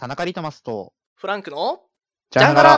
田中リトマスとフランクのジャンガラ、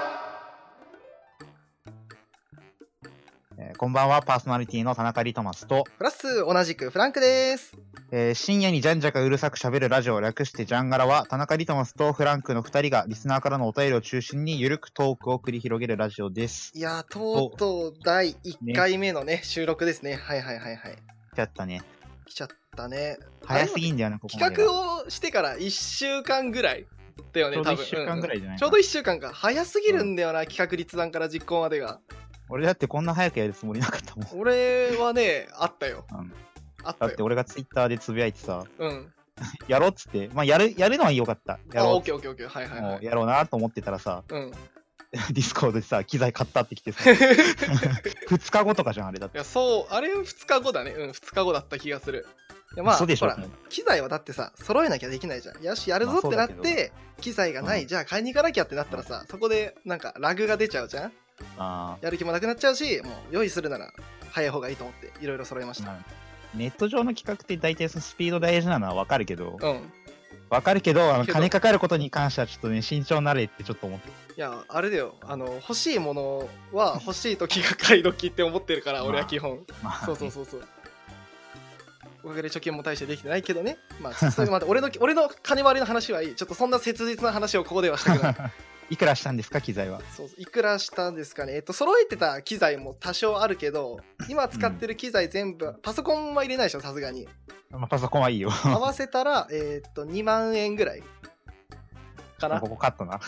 こんばんは。パーソナリティの田中リトマスと、 プラス同じくフランクです。 深夜にジャンジャカうるさく喋るラジオ、略してジャンガラは、田中リトマスとフランクの2人がリスナーからのお便りを中心にゆるくトークを繰り広げるラジオです。 いやー、とうとう第1回目のね収録ですね。はいはいはいはい。 来ちゃったね。 来ちゃったね。 早すぎんだよね、ここまでが。 企画をしてから1週間ぐらいだよね、多分。 ちょうど1週間ぐらいじゃないか、 ちょうど1週間か。早すぎるんだよな、企画立案から実行までが。 俺だってこんな早くやるつもりなかったもん。 俺はね、あったよ。あったよ。 だって俺がツイッターでつぶやいてさ、 やろうっつって、まあやるのは良かった。やろう。 オッケーオッケーオッケー。はいはいはい。 やろうなと思ってたらさ、ディスコードでさ、機材買ったってきてさ、2日後とかじゃん、あれだって。 いや、そう、あれ2日後だね。2日後だった気がする。いやまあ、 そうでしょ、 ほら、機材はだってさ、揃えなきゃできないじゃん。よし、やるぞってなって、機材がない、じゃあ買いに行かなきゃってなったらさ、そこでなんかラグが出ちゃうじゃん。やる気もなくなっちゃうし、もう用意するなら早い方がいいと思っていろいろ揃えました。 ネット上の企画って大体そのスピード大事なのは分かるけど、金かかることに関してはちょっとね、慎重になれってちょっと思って。 いや、あれだよ、欲しいものは欲しい時が買い時って思ってるから俺は基本、そうそうそうそう。おかげで貯金も大してできてないけどね。まあそれまで俺の金割りの話はいい。ちょっとそんな切実な話をここではしたくない。 いくらしたんですか、機材は。 そう、いくらしたんですかね。揃えてた機材も多少あるけど、今使ってる機材全部、パソコンは入れないでしょ、さすがに。 まあ、パソコンはいいよ。 合わせたら、2万円ぐらいかな。 ここカットな。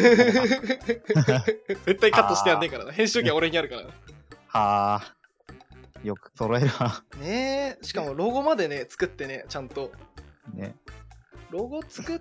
絶対カットしてやんねえからな。編集権俺にあるからな。 はあ。よく揃えるわ。 ねえ、しかもロゴまでね、作ってね、ちゃんと。 ね。 ロゴ作って、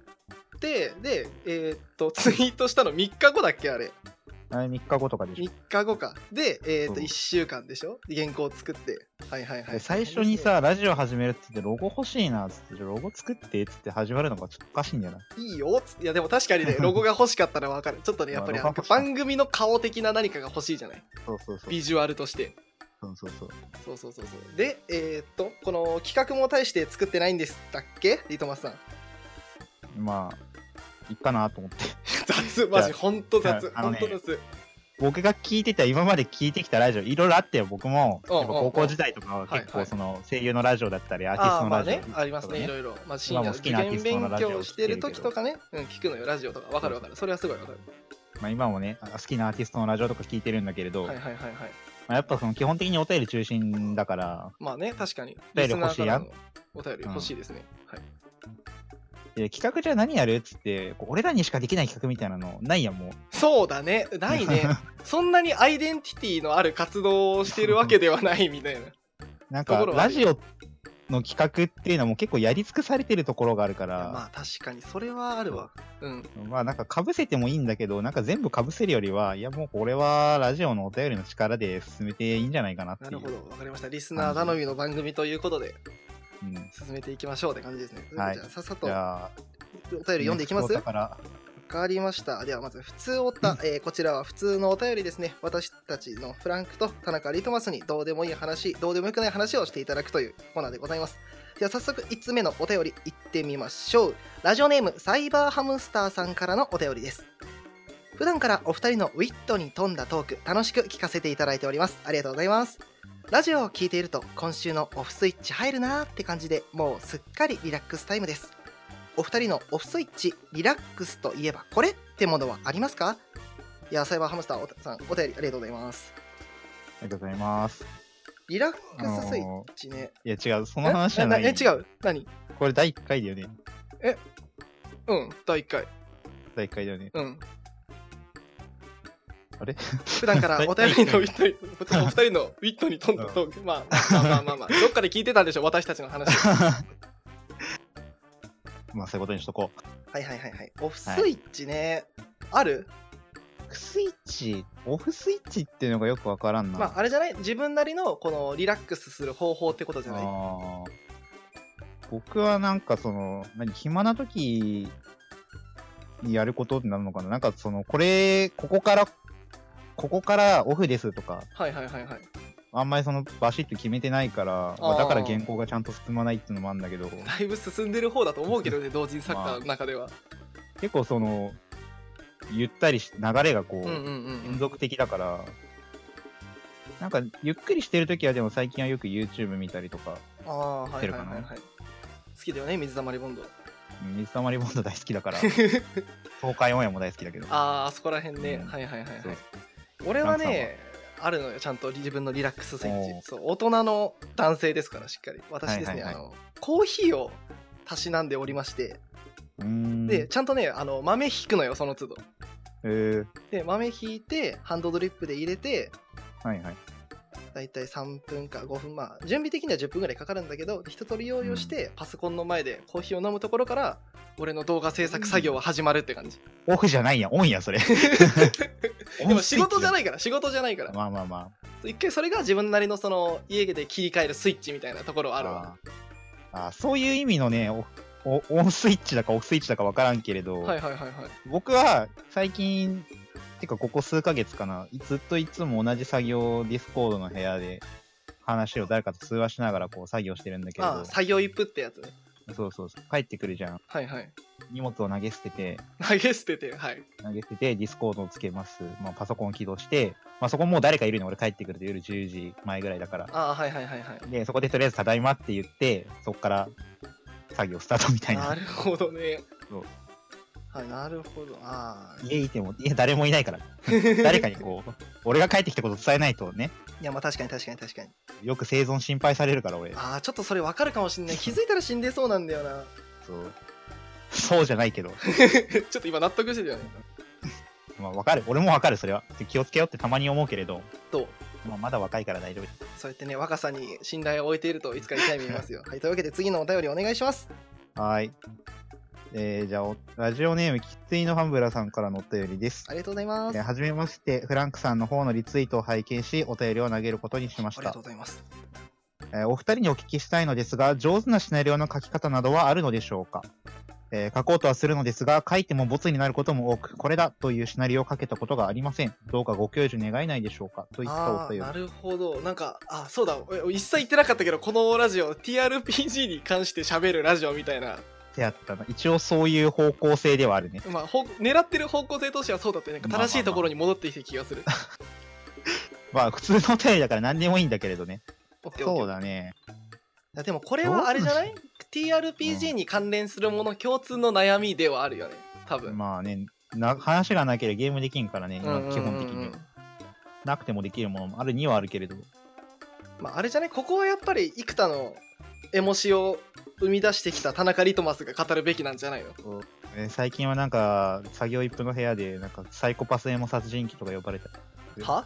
で、ツイートしたの3日後だっけ、あれ。 3日後とかでしょ。 3日後か。で、1週間でしょ、原稿作って。はいはいはい。 最初にさ、ラジオ始めるって言って、ロゴ欲しいなっつって、ロゴ作ってっつって始まるのがちょっとおかしいんだよな。 いいよっつって。いや、でも確かにね、ロゴが欲しかったら分かる。ちょっとね、やっぱり番組の顔的な何かが欲しいじゃない。 そうそうそう。 ビジュアルとして。そう。で、この企画も大して作ってないんでしたっけ、リトマスさん。 まあ、いいかなと思って。 雑、マジ、ほんと雑。ほんと雑。 僕が聞いてた、今まで聞いてきたラジオ、いろいろあってよ、僕も。やっぱ高校時代とかは結構、その声優のラジオだったり、アーティストのラジオ。 ありますね、いろいろ。まあ、深夜受験勉強してる時とかね、聞くのよ、ラジオとか。わかるわかる。それはすごいわかる。 まあ今もね、好きなアーティストのラジオとか聞いてるんだけれど、やっぱその基本的にお便り中心だから、 まあね、確かに。 お便り欲しいやん。 お便り欲しいですね。はい。 企画じゃ何やるっつって、俺らにしかできない企画みたいなのないやん、もう。 そうだね、ないね。そんなにアイデンティティのある活動をしてるわけではないみたいな。 なんか、ラジオの企画っていうのも結構やり尽くされてるところがあるから。 まあ確かに、それはあるわ。 まあなんか被せてもいいんだけど、なんか全部被せるよりは、いやもうこれはラジオのお便りの力で進めていいんじゃないかなっていう。 なるほど、わかりました。リスナー頼みの番組ということで、進めていきましょうって感じですね。 はい。 じゃあさっさとお便り読んでいきます？わかりました。ではまず普通おた、こちらは普通のお便りですね。私たちのフランクと田中リトマスにどうでもいい話、どうでもよくない話をしていただくというコーナーでございます。では早速1つ目のお便りいってみましょう。ラジオネームサイバーハムスターさんからのお便りです。普段からお二人のウィットに富んだトーク楽しく聞かせていただいております。ありがとうございます。ラジオを聞いていると今週のオフスイッチ入るなーって感じで、もうすっかりリラックスタイムです。お二人のオフスイッチリラックスといえばこれってものはありますか？いや、サイバーハムスターさん、お便りありがとうございます。 ありがとうございます。 リラックススイッチね。 いや違う、その話じゃない。 違う、何？ これ第1回だよね。 第1回。 第1回だよね。あれ普段からお便りのウィットに、お二人のウィットに富んだトーク、まあ、どっかで聞いてたんでしょ、私たちの話。 まあそういうことにしとこう。はい。オフスイッチね、ある？ オフスイッチっていうのがよくわからんな。 まああれじゃない？自分なりのこのリラックスする方法ってことじゃない？ 僕はなんかその暇な時にやることになるのかな。なんかそのここからオフですとか。あんまりそのバシッと決めてないから、だから原稿がちゃんと進まないっていうのもあるんだけど。 だいぶ進んでる方だと思うけどね、同人作家の中では。 結構そのゆったりし流れがこう連連続的だから、なんかゆっくりしてるときはでも最近はよく YouTube 見たりとかしてるかな。 好きだよね、水溜りボンド。 水溜りボンド大好きだから東海オンエアも大好きだけど。 あそこら辺ね、はい。俺はねあるのよ、ちゃんと自分のリラックススイッチ。そう、大人の男性ですからしっかり。私ですね、コーヒーをたしなんでおりまして、でちゃんとね豆引くのよ、その都度。で豆引いてハンドドリップで入れて、だいたい3分か5分、まあ準備的には10分ぐらいかかるんだけど、一通り用意をして、パソコンの前でコーヒーを飲むところから俺の動画制作作業は始まるって感じ。 オフじゃないや、オンやそれ。 でも仕事じゃないから。 まあ一回それが自分なりのその家で切り替えるスイッチみたいなところあるわ。 そういう意味のね、オンスイッチだかオフスイッチだか分からんけれど、僕は最近てかここ数ヶ月かな、ずっといつも同じ作業ディスコードの部屋で話を誰かと通話しながらこう作業してるんだけど、 作業イップってやつね。 そう帰ってくるじゃん。荷物を投げ捨ててディスコードをつけます、パソコンを起動して、そこもう誰かいるの、俺帰ってくると夜10時前ぐらいだから、でそこでとりあえずただいまって言って、そこから作業スタートみたいな。 なるほどね。なるほど。 家いても誰もいないから誰かにこう俺が帰ってきたこと伝えないとね。 いや確かによく生存心配されるから俺。 ちょっとそれ分かるかもしんない。気づいたら死んでそうなんだよな。 そうじゃないけどちょっと今納得してるよね。 分かる、俺も分かる。それは気をつけようってたまに思うけれど、まだ若いから大丈夫。 そうやってね、若さに信頼を置いているといつか痛い目見ますよ。というわけで次のお便りお願いします。 じゃあラジオネームきついのファンブラさんからのお便りです。 ありがとうございます。 はじめまして、フランクさんの方のリツイートを拝見し、お便りを投げることにしました。 ありがとうございます。 お二人にお聞きしたいのですが、上手なシナリオの書き方などはあるのでしょうか。書こうとはするのですが、書いてもボツになることも多く、これだというシナリオを書けたことがありません。どうかご教授願えないでしょうか、といったお便り。 なるほど。なんかそうだ、一切言ってなかったけど、このラジオ TRPG に関して喋るラジオみたいなやったな。一応そういう方向性ではあるね。 狙ってる方向性としてはそうだって、なんか正しいところに戻ってきて気がする。 普通のお便りだから何でもいいんだけれどね。そうだね。 でもこれはあれじゃない？ TRPG に関連するもの共通の悩みではあるよね、多分。 話がなければゲームできんからね、基本的に。なくてもできるものもあるにはあるけれど。 あれじゃない？ここはやっぱり幾多のエモシを生み出してきた田中リトマスが語るべきなんじゃないの？ 最近はなんか作業一分の部屋でなんかサイコパスエモ殺人鬼とか呼ばれた。 は？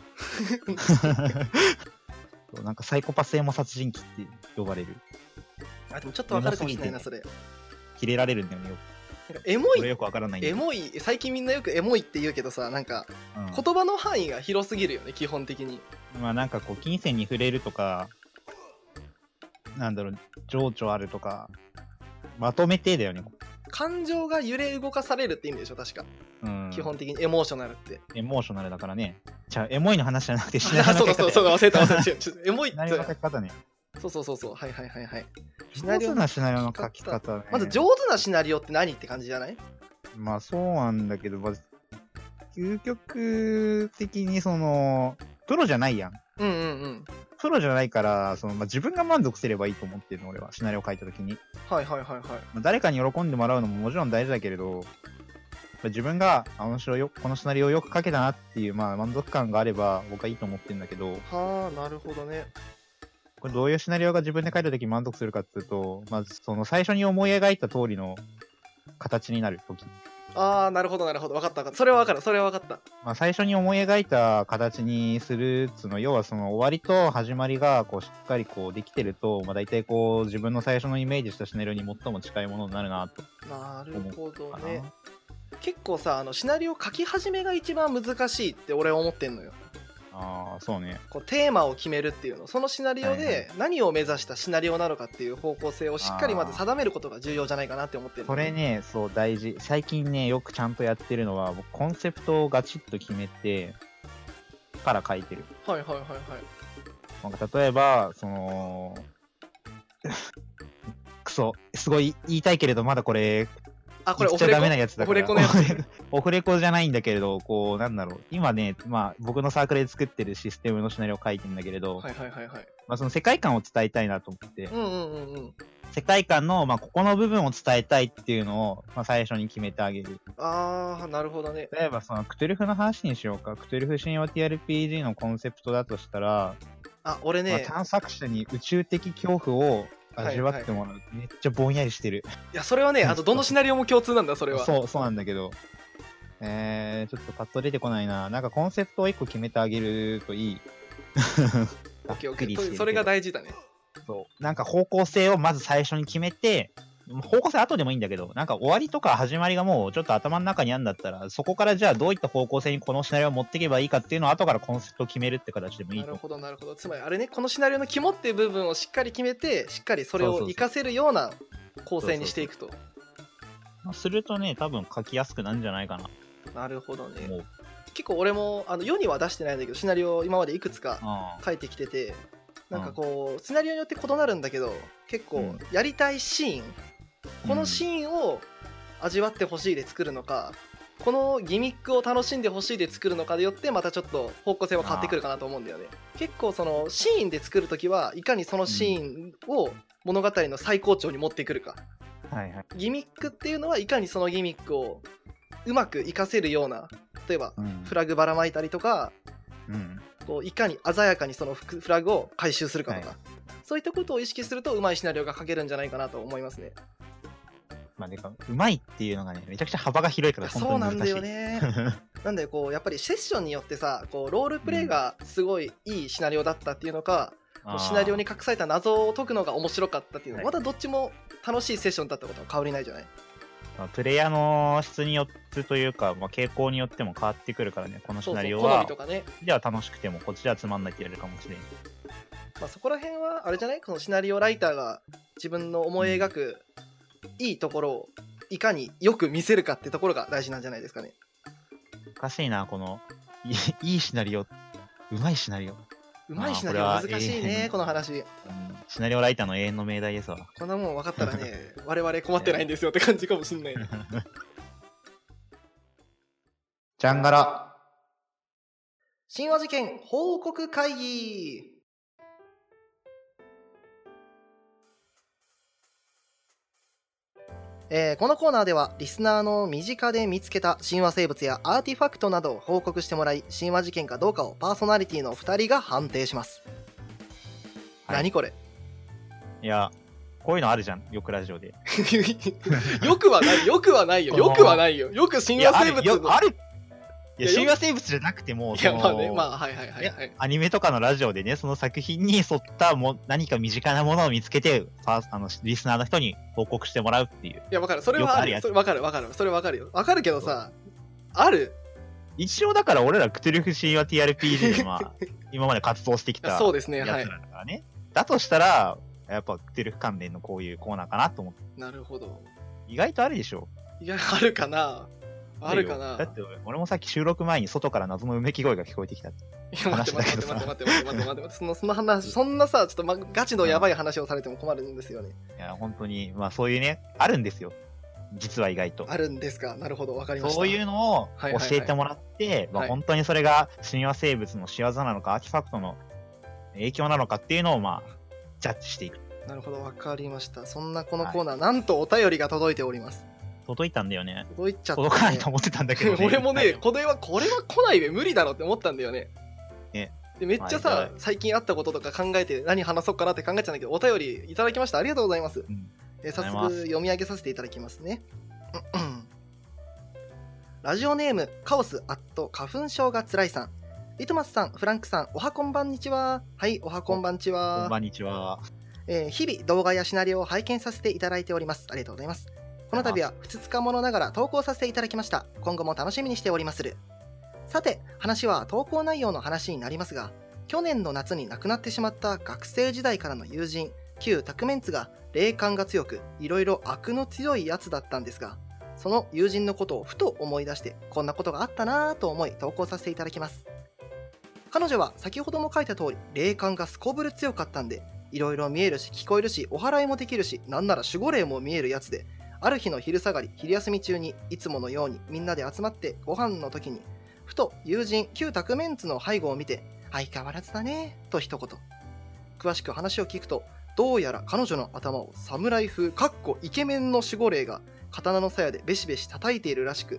なんかサイコパスエモ殺人鬼って呼ばれる。 でもちょっとわかるかもしれないな、それ。 キレられるんだよね。 なんかエモい。 よくわからない。 エモい、最近みんなよくエモいって言うけどさ、なんか、言葉の範囲が広すぎるよね、基本的に。 なんかこう金銭に触れるとか、なんだろう、情緒あるとか、まとめてだよね。 感情が揺れ動かされるって意味でしょ、確か。基本的にエモーショナルって。 エモーショナルだからね。じゃあエモいの話じゃなくて、 そう忘れた。エモいって。 シナリオの書き方ね。 そう。はい。 上手なシナリオの書き方ね。 まず上手なシナリオって何って感じじゃない？ そうなんだけど、究極的にそのプロじゃないやん。プロじゃないから自分が満足すればいいと思ってるの、俺は。シナリオ書いた時に。誰かに喜んでもらうのももちろん大事だけれど、自分がこのシナリオをよく書けたなっていう満足感があれば僕はいいと思ってるんだけど。 なるほどね。 これどういうシナリオが自分で書いた時満足するかっていうと、まずその最初に思い描いた通りの形になる時。 なるほど。分かった。それは分かった。 最初に思い描いた形にするっつうの、要はその終わりと始まりがしっかりできてると、大体自分の最初のイメージしたシナリオに最も近いものになるなと。 なるほどね。結構さ、シナリオ書き始めが一番難しいって俺は思ってんのよ。 そうね。 テーマを決めるっていうの、そのシナリオで何を目指したシナリオなのかっていう方向性をしっかりまず定めることが重要じゃないかなって思ってる。 これね、そう大事。最近ね、よくちゃんとやってるのは、僕コンセプトをガチッと決めてから書いてる。例えばすごい言いたいけれどまだこれこれ言っちゃダメなやつだから。 オフレコのやつ。 オフレコじゃないんだけれど、こう、なんだろう。今ね、まあ、僕のサークルで作ってるシステムのシナリオを書いてるんだけれど、 はいはいはいはい。 まあ、その世界観を伝えたいなと思って、 うんうんうんうん。 世界観の、まあ、ここの部分を伝えたいっていうのを、まあ、最初に決めてあげる。 あー、なるほどね。 例えば、その、クトゥルフの話にしようか。クトゥルフ神話 TRPG のコンセプトだとしたら、 俺ね、 まあ、探索者に宇宙的恐怖を味わってもらう。めっちゃぼんやりしてる。 いや、それはね、どのシナリオも共通なんだ、それは。 そうなんだけど。ちょっとパッと出てこないな。なんかコンセプトを1個決めてあげるといい。 オッケーオッケー。それが大事だね。 そう。なんか方向性をまず最初に決めて、方向性後でもいいんだけど、なんか終わりとか始まりがもうちょっと頭の中にあるんだったら、そこからじゃあどういった方向性にこのシナリオを持っていけばいいかっていうのを後からコンセプトを決めるって形でもいいと。 なるほどなるほど。つまりあれね、このシナリオの肝っていう部分をしっかり決めて、しっかりそれを活かせるような構成にしていくと。 するとね、多分書きやすくなるんじゃないかな。 なるほどね。結構俺も世には出してないんだけど、シナリオ今までいくつか書いてきてて、なんかこうシナリオによって異なるんだけど、結構やりたいシーン、このシーンを味わってほしいで作るのか、このギミックを楽しんでほしいで作るのかでよってまたちょっと方向性は変わってくるかなと思うんだよね。結構そのシーンで作るときはいかにそのシーンを物語の最高潮に持ってくるか、ギミックっていうのはいかにそのギミックをうまく活かせるような、例えばフラグばらまいたりとか、こういかに鮮やかにそのフラグを回収するかとか、そういったことを意識するとうまいシナリオが書けるんじゃないかなと思いますね。 まあ、でかうまいっていうのがね、めちゃくちゃ幅が広いから本当に難しい。 そうなんだよね。なんでこうやっぱりセッションによってさ、こうロールプレイがすごいいいシナリオだったっていうのか、シナリオに隠された謎を解くのが面白かったっていうのは、またどっちも楽しいセッションだったことは変わりないじゃない。 プレイヤーの質によってというか、まあ、傾向によっても変わってくるからね、このシナリオは。 好みとかね。 では楽しくても、こっちではつまんないって言われるかもしれん。 まあ、そこら辺はあれじゃない、このシナリオライターが自分の思い描くいいところをいかによく見せるかってところが大事なんじゃないですかね。 おかしいな、このいいシナリオ、うまいシナリオ。 うまいシナリオ難しいね、この話。 シナリオライターの永遠の命題ですわ。 こんなもん分かったらね、我々困ってないんですよって感じかもしんないね。 ジャンガラ神話事件報告会議。このコーナーではリスナーの身近で見つけた神話生物やアーティファクトなどを報告してもらい、神話事件かどうかをパーソナリティの2人が判定します。何これ。 いや、こういうのあるじゃん、よくラジオで。 よくはないよくはないよよくはないよ。よく神話生物のある。いや、神話生物じゃなくても、 いや、まあね、まあ、はいはいはい、はい。 アニメとかのラジオでね、その作品に沿った何か身近なものを見つけて、リスナーの人に報告してもらうっていう。いや、わかる。それはあるよ。それわかる。それわかるよ。わかるけどさ、ある。 一応だから俺らクトゥルフ神話 TRPG でまあ、今まで活動してきたやつそうですね、 はい。だとしたら、やっぱクトゥルフ関連のこういうコーナーかなと思って。 なるほど。 意外とあるでしょ。 いや、あるかな。あるかな。 だって俺もさっき収録前に外から謎のうめき声が聞こえてきた。いや、待ってその話、そんなさ、ちょっとガチのやばい話をされても困るんですよね。 いや、本当に、まあそういうね、あるんですよ。実は意外と。 あるんですか。なるほど、わかりました。 そういうのを教えてもらって、本当にそれが神話生物の仕業なのか、アーティファクトの影響なのかっていうのをまあ、ジャッジしていく。 なるほど、わかりました。そんなこのコーナー、なんとお便りが届いております。 届いたんだよね。 届いちゃった、ね。 届かないと思ってたんだけど、ね、 俺もね、これは来ないべ無理だろって思ったんだよね。でめっちゃさ、最近あったこととか考えて何話そうかなって考えてたんだけど、お便りいただきました。ありがとうございます。早速読み上げさせていただきますね。ラジオネームカオス花粉症がつらいさん。リトマスさん、フランクさん、おはこんばんにちは。はい、おはこんばんちは。 こんばんにちは。 日々動画やシナリオを拝見させていただいております。ありがとうございます。この度はふつつかものながら投稿させていただきました。今後も楽しみにしておりまする。さて、話は投稿内容の話になりますが、去年の夏に亡くなってしまった学生時代からの友人、旧タクメンツが霊感が強く、いろいろ悪の強いやつだったんですが、その友人のことをふと思い出して、こんなことがあったなぁと思い投稿させていただきます。彼女は先ほども書いた通り、霊感がすこぶる強かったんで、いろいろ見えるし聞こえるし、お祓いもできるし、なんなら守護霊も見えるやつで、 ある日の昼下がり、昼休み中にいつものようにみんなで集まってご飯の時に、ふと友人旧タクメンツの背後を見て、相変わらずだねと一言。詳しく話を聞くと、どうやら彼女の頭を侍風イケメンの守護霊が刀の鞘でベシベシ叩いているらしく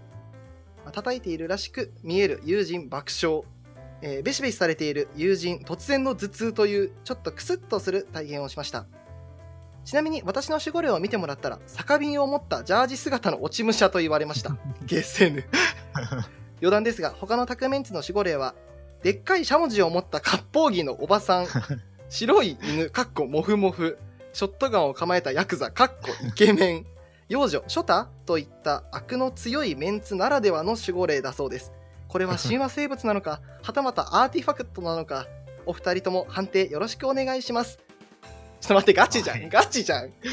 見える友人爆笑、ベシベシされている友人突然の頭痛というちょっとクスッとする体験をしました。ちなみに私の守護霊を見てもらったら、酒瓶を持ったジャージ姿の落ち武者と言われました。ゲセヌ余談ですが、他のタクメンツの守護霊はでっかいしゃもじを持った割烹着のおばさん、白い犬モフモフ、ショットガンを構えたヤクザイケメン、幼女ショタといった悪の強いメンツならではの守護霊だそうです。これは神話生物なのか、はたまたアーティファクトなのか、お二人とも判定よろしくお願いします。ちょっと待って、ガチじゃんガチ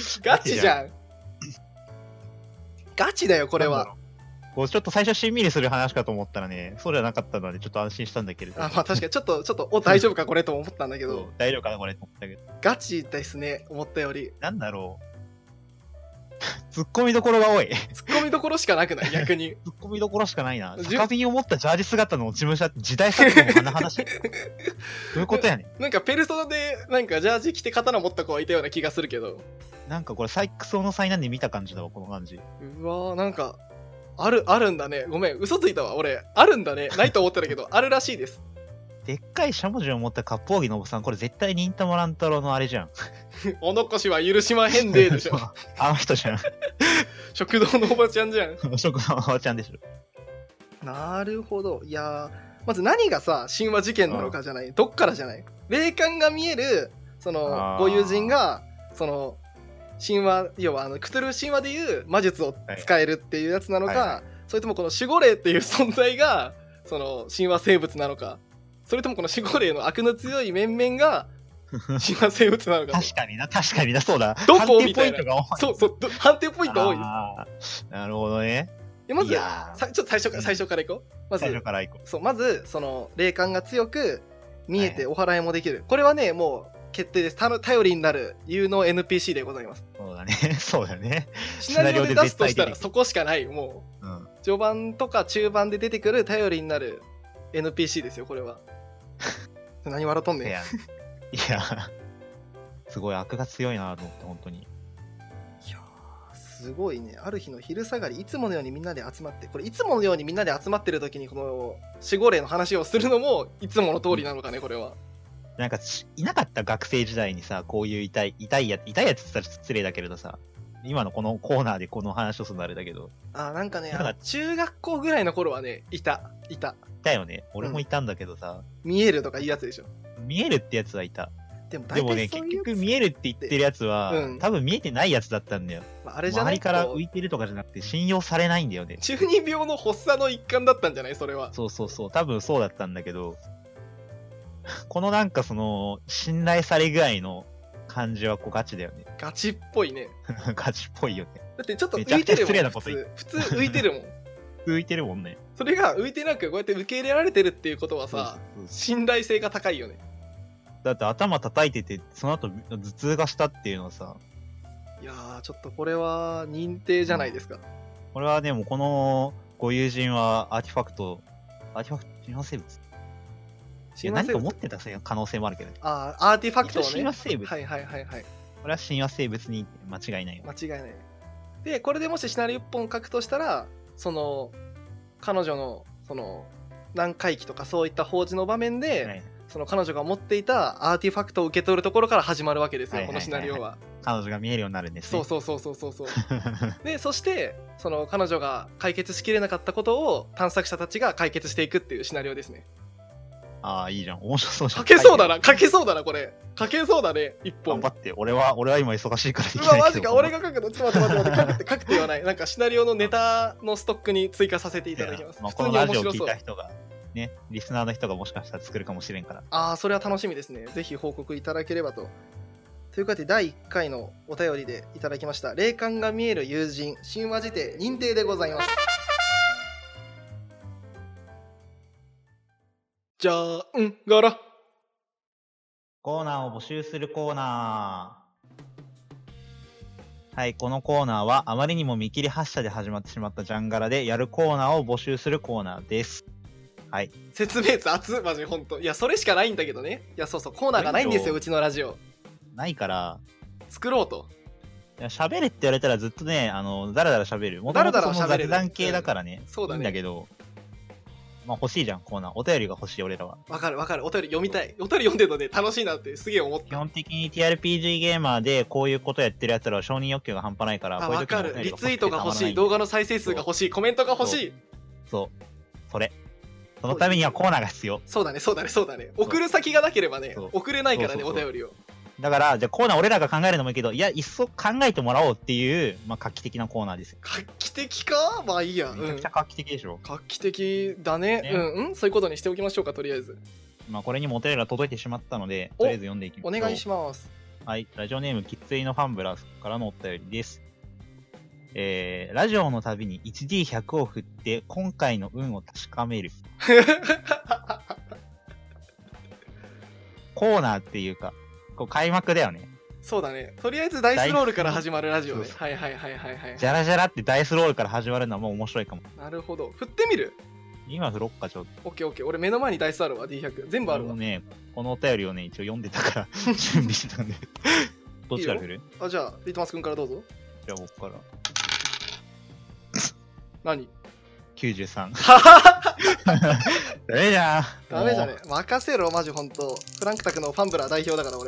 だよこれは。 こうちょっと最初しんみりする話かと思ったらね、そうじゃなかったのでちょっと安心したんだけれど。 まあ確かにちょっと大丈夫かこれと思ったんだけど。 大丈夫かなこれと思ったけど。 ガチですね、思ったより。 なんだろう。ツッコミどころが多い。 ツッコミどころしかなくない逆に。 ツッコミどころしかないな。酒瓶を持ったジャージ姿の落ち武者って時代錯誤の話。どういうことやねん。 なんかペルソナでなんかジャージ着て刀持った子はいたような気がするけど。 なんかこれサイクソの災難で見た感じだわ、この感じ。 うわー、なんかあるんだね。ごめん、嘘ついたわ俺。あるんだね。ないと思ってたけどあるらしいです。 でっかいしゃもじを持った割烹着のおばさん、これ絶対忍たま乱太郎のあれじゃん。 お残しは許しまへんでしょ。 あの人じゃん。 食堂のおばちゃんじゃん。 食堂のおばちゃんでしょ。 なるほど。いやまず何がさ神話事件なのかじゃない。どっからじゃない。霊感が見えるそのご友人がその神話、要はクトゥルフ神話でいう魔術を使えるっていうやつなのか、それともこの守護霊っていう存在がその神話生物なのか、それともこの守護霊の悪の強い面々が神話生物なのか。 確かにな、そうだ。 どこみたいな。そう判定ポイント多いです。 なるほどね。 まずちょっと最初からいこう。最初からいこう。まずその霊感が強く見えてお祓いもできる。これはねもう決定です。頼りになる有能 NPC でございます。 そうだね。 シナリオで出すとしたらそこしかない。もう、序盤とか中盤で出てくる頼りになる NPC ですよこれは。何笑っとんねん。いやすごい悪が強いなと思って本当に。いやすごいね。ある日の昼下がり、いつものようにみんなで集まって、これいつものようにみんなで集まってる時にこの守護霊の話をするのもいつもの通りなのかねこれは。 なんかいなかった学生時代にさ、こういう痛いやつって言ったら失礼だけれどさ、今のこのコーナーでこの話をするのあれだけど、 なんかね、中学校ぐらいの頃はねいたよね。俺もいたんだけどさ、 見えるとかいいやつでしょ。 見えるってやつはいた。 でもね、結局見えるって言ってるやつは、多分見えてないやつだったんだよ。 あれじゃない、 周りから浮いてるとかじゃなくて信用されないんだよね。 中二病の発作の一環だったんじゃない、それは。 そう多分そうだったんだけど、このなんかその信頼され具合の感じはこうガチだよね。 ガチっぽいね。 ガチっぽいよね。 だってちょっと浮いてるもん。 失礼なこと言う。 普通浮いてるもん。 浮いてるもんね。 それが浮いてなくこうやって受け入れられてるっていうことはさ、信頼性が高いよね。 だって頭叩いててその後頭痛がしたっていうのはさ、 いやーちょっとこれは認定じゃないですか。 これはね、もうこのご友人はアーティファクト神話生物。いや何か持ってた可能性もあるけど、 アーティファクトをね。 神話生物。 はい。これは神話生物に間違いないよ。 間違いない。でこれでもしシナリオ1本書くとしたら、その彼女のその何回忌とかそういった法事の場面で、その彼女が持っていたアーティファクトを受け取るところから始まるわけですよ、このシナリオは。 彼女が見えるようになるんですね。 そうでそしてその彼女が解決しきれなかったことを探索者たちが解決していくっていうシナリオですね。 いいじゃん、面白そうじゃん。 書けそうだなこれ。書けそうだね、一本。 頑張って。俺は今忙しいからできないけど。 うわマジか、俺が書くの。ちょっと待って書くって言わない。なんかシナリオのネタのストックに追加させていただきます。 このラジオを聞いた人がね、リスナーの人がもしかしたら作るかもしれんから。 それは楽しみですね。ぜひ報告いただければと。ということで第1回のお便りでいただきました霊感が見える友人神話辞典認定でございます。じゃあガラコーナーを募集するコーナはい、このコーナーはあまりにも見切り発車で始まってしまったジャンガラでやるコーナーを募集するコーナーです。はい。 説明熱マジほんと。いやそれしかないんだけどね。いやそうコーナーがないんですようちのラジオ。 ないから作ろうと。 いや喋れって言われたらずっとねだらだら喋る。もともとその雑談系だからね。そうだね。いいんだけど。まあ欲しいじゃんコーナー。お便りが欲しい俺らは。 わかるお便り読みたい。お便り読んでるので楽しいなってすげえ思った。 基本的に TRPG ゲーマーでこういうことやってるやつらは承認欲求が半端ないから。 わかる。リツイートが欲しい、動画の再生数が欲しい、コメントが欲しい。 そうそれ。そのためにはコーナーが必要。 そうだね。送る先がなければね送れないからね。お便りを。 だからじゃあコーナー俺らが考えるのもいいけど、いやいっそ考えてもらおうっていう、まあ、画期的なコーナーですよ。 画期的か。まあいいや。 めちゃくちゃ画期的でしょ。 画期的だね。そういうことにしておきましょうかとりあえず。 まあこれにもお便りが届いてしまったのでとりあえず読んでいきましょう。 お願いします。 はい、ラジオネームきついのファンブラスからのお便りです。ラジオのたびに 1D100 を振って今回の運を確かめるコーナーっていうかこう開幕だよね。 そうだね。とりあえずダイスロールから始まるラジオね。はい。 じゃらじゃらってダイスロールから始まるのはもう面白いかも。 なるほど。振ってみる。 今振ろっかちょっと。 オッケー。俺目の前にダイスあるわ。D100 全部あるわ。 ね、このお便りをね一応読んでたから準備してたんでどっちから振る？ じゃあリトマス君からどうぞ。 じゃあ僕から。 何 ？93 ダメじゃん。 ダメじゃね。任せろマジほんと。フランクタクのファンブラー代表だから俺。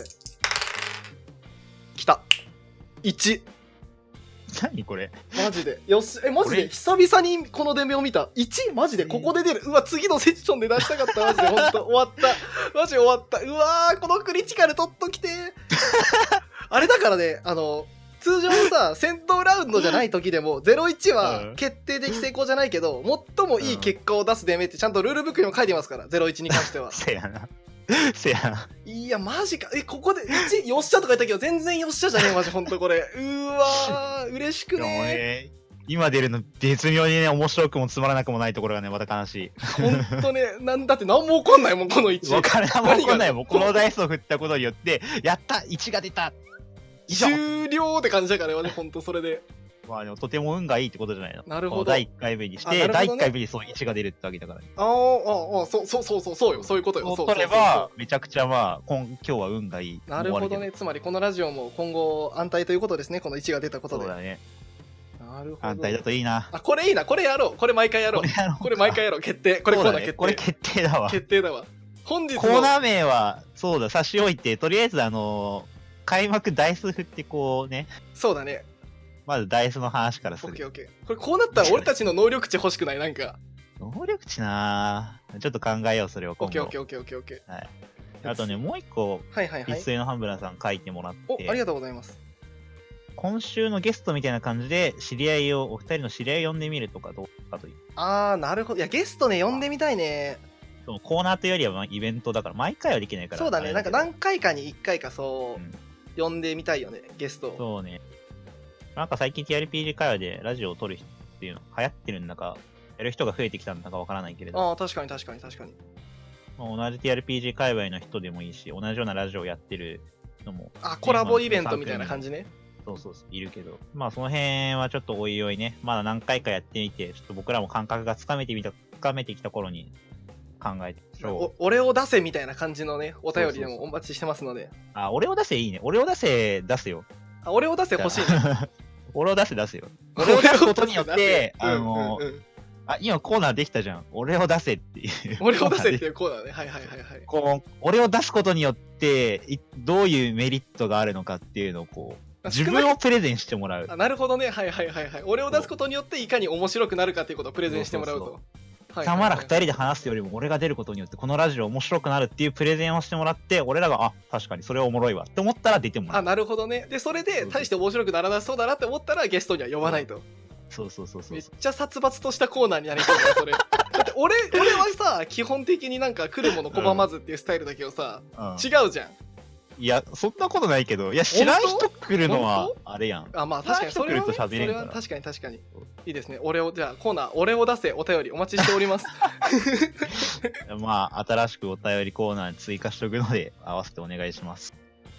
きた1。 何これマジで。よし。マジで久々にこの出目を見た。1マジでここで出る。うわ次のセッションで出したかった。マジでほんと終わったマジ終わった。うわーこのクリティカル取っときてあれだからね通常のさ戦闘ラウンドじゃない時でも01は決定的成功じゃないけど、最もいい結果を出す出目ってちゃんとルールブックにも書いてますから01に関してはせやな。 いやマジか。ここで1よっしゃとか言ったけど全然よっしゃじゃねえマジほんとこれ。うわー嬉しくねー。 今出るの絶妙にね面白くもつまらなくもないところがねまた悲しい。 ほんとねだって何も起こんないもんこの1。 分からんも起こんないもん。このダイスを振ったことによってやった1が出た終了って感じだからねほんとそれで。 まあでもとても運がいいってことじゃないの。 なるほど。 第1回目にして、第1回目にそう1が出るってわけだからね。 そうよそういうことよ。 そう取ればめちゃくちゃまあ今日は運がいい。 なるほどね。つまりこのラジオも今後安泰ということですね。この1が出たことで。 そうだね。 なるほど。 安泰だといいな。 これいいな。これやろう。これ毎回やろう。これ毎回やろう。決定。これコーナー決定。 これ決定だわ。 決定だわ。本日のコーナー名はそうだ差し置いてとりあえず開幕ダイス振ってこうね。 そうだね。 まずダイスの話からする。 オッケー。これこうなったら俺たちの能力値欲しくない？なんか能力値なぁ。ちょっと考えようそれを今後。 オッケー。 はい。あとねもう一個一斉のハンブラーさん書いてもらって。 ありがとうございます。 今週のゲストみたいな感じでお二人の知り合いを呼んでみるとかどうかという。 なるほど。いやゲストね呼んでみたいね。 コーナーというよりはイベントだから毎回はできないから。 そうだね。なんか何回かに1回か呼んでみたいよねゲスト。 そうね。なんか最近 TRPG 会話でラジオを撮るっていうの流行ってるんだかやる人が増えてきたんだかわからないけれど。 確かに。同じ TRPG 界隈の人でもいいし同じようなラジオをやってるのも、 コラボイベントみたいな感じね。 そういるけどまあその辺はちょっとおいおいねまだ何回かやってみてちょっと僕らも感覚がつかめてきた頃に考えてみましょう。 俺を出せみたいな感じのねお便りでもお待ちしてますので。 俺を出せいいね。俺を出せよ。 俺を出せ欲しいね。 俺を出せよ。俺を出すことによって今コーナーできたじゃん。俺を出せっていう。 俺を出せっていうコーナーね。はい。 俺を出すことによってどういうメリットがあるのかっていうのをこう自分をプレゼンしてもらう。 なるほどね。はい。俺を出すことによっていかに面白くなるかっていうことをプレゼンしてもらうと。 たまら2人で話すよりも俺が出ることによってこのラジオ面白くなるっていうプレゼンをしてもらって俺らが確かにそれおもろいわって思ったら出てもらう。 なるほどね。でそれで大して面白くならなそうだなって思ったらゲストには呼ばないと。 そうめっちゃ殺伐としたコーナーになりそうだそれ。だって俺はさ基本的になんか来るもの拒まずっていうスタイルだけどさ、違うじゃん。 いやそんなことないけど知らん人来るのはあれやん。 まあ確かにそれは確かにいいですね。じゃあコーナー俺を出せお便りお待ちしております。 まあ新しくお便りコーナーに追加しておくので合わせてお願いします。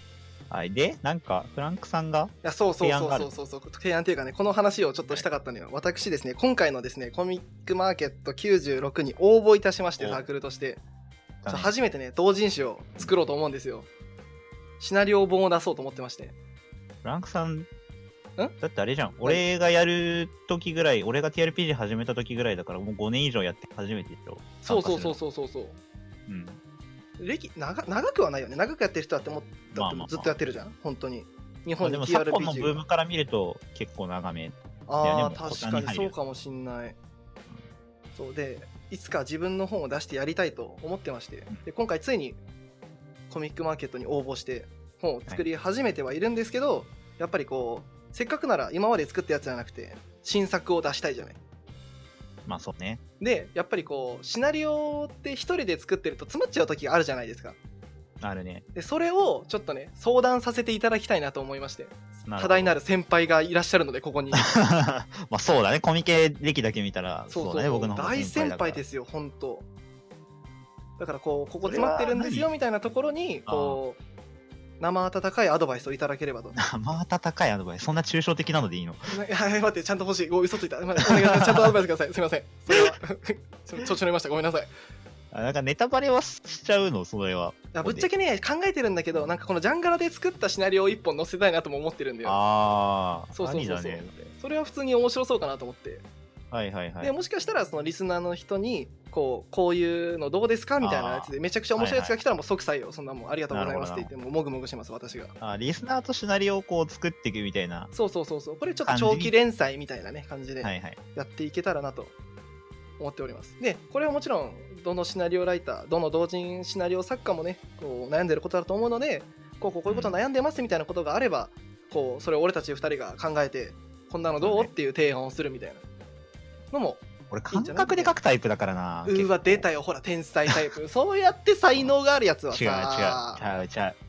はい。で、なんか、フランクさんがそう提案っていうかね、この話をちょっとしたかったのよ。はい、私ですね、今回のですね、コミックマーケット96に応募いたしまして、サークルとして。初めてね、同人誌を作ろうと思うんですよ。シナリオ本を出そうと思ってまして。 フランクさん、だってあれじゃん。俺がやる時ぐらい、俺が TRPG 始めた時ぐらいだから、もう5年以上やって初めてでしょ。 そう。うん。長くはないよね。長くやってる人だってもずっとやってるじゃん。本当に。日本に TRPG。 でも昨今のブームから見ると結構長め。 ああ、確かにそうかもしんない。そうで、いつか自分の本を出してやりたいと思ってまして、で今回ついにコミックマーケットに応募して本を作り始めてはいるんですけど、やっぱりこうせっかくなら今まで作ったやつじゃなくて新作を出したいじゃない。 まあそうね。 でやっぱりこうシナリオって一人で作ってると詰まっちゃう時があるじゃないですか。 あるね。 でそれをちょっとね相談させていただきたいなと思いまして、多大なる先輩がいらっしゃるのでここにまあそうだね、コミケ歴だけ見たらそうだね、僕の大先輩ですよ本当。だからこうここ詰まってるんですよみたいなところにこう生温かいアドバイスをいただければと。 生温かいアドバイス、そんな抽象的なのでいいの？ 待って、ちゃんと欲しい。嘘ついた。お願いします。ちゃんとアドバイスください。すみません。それは調子乗りました。ごめんなさい。 なんかネタバレはしちゃうの？それは。 ぶっちゃけね、考えてるんだけど、なんかこのジャンガラで作ったシナリオを1本載せたいなとも思ってるんだよ。そう。 ね、 それは普通に面白そうかなと思って。でもしかしたらそのリスナーの人にこういうのどうですかみたいなやつでめちゃくちゃ面白いやつが来たらもう即採用、そんなもんありがとうございますって言ってもぐもぐします私が。 リスナーとシナリオをこう作っていくみたいな。 そうこれちょっと長期連載みたいなね感じでやっていけたらなと思っております。でこれはもちろんどのシナリオライターどの同人シナリオ作家もねこう悩んでることだと思うので、こういうこと悩んでますみたいなことがあればこうそれを俺たち2人が考えてこんなのどうっていう提案をするみたいなのも俺感覚で書くタイプだからな。 出たよほら天才タイプそうやって才能があるやつはさ違う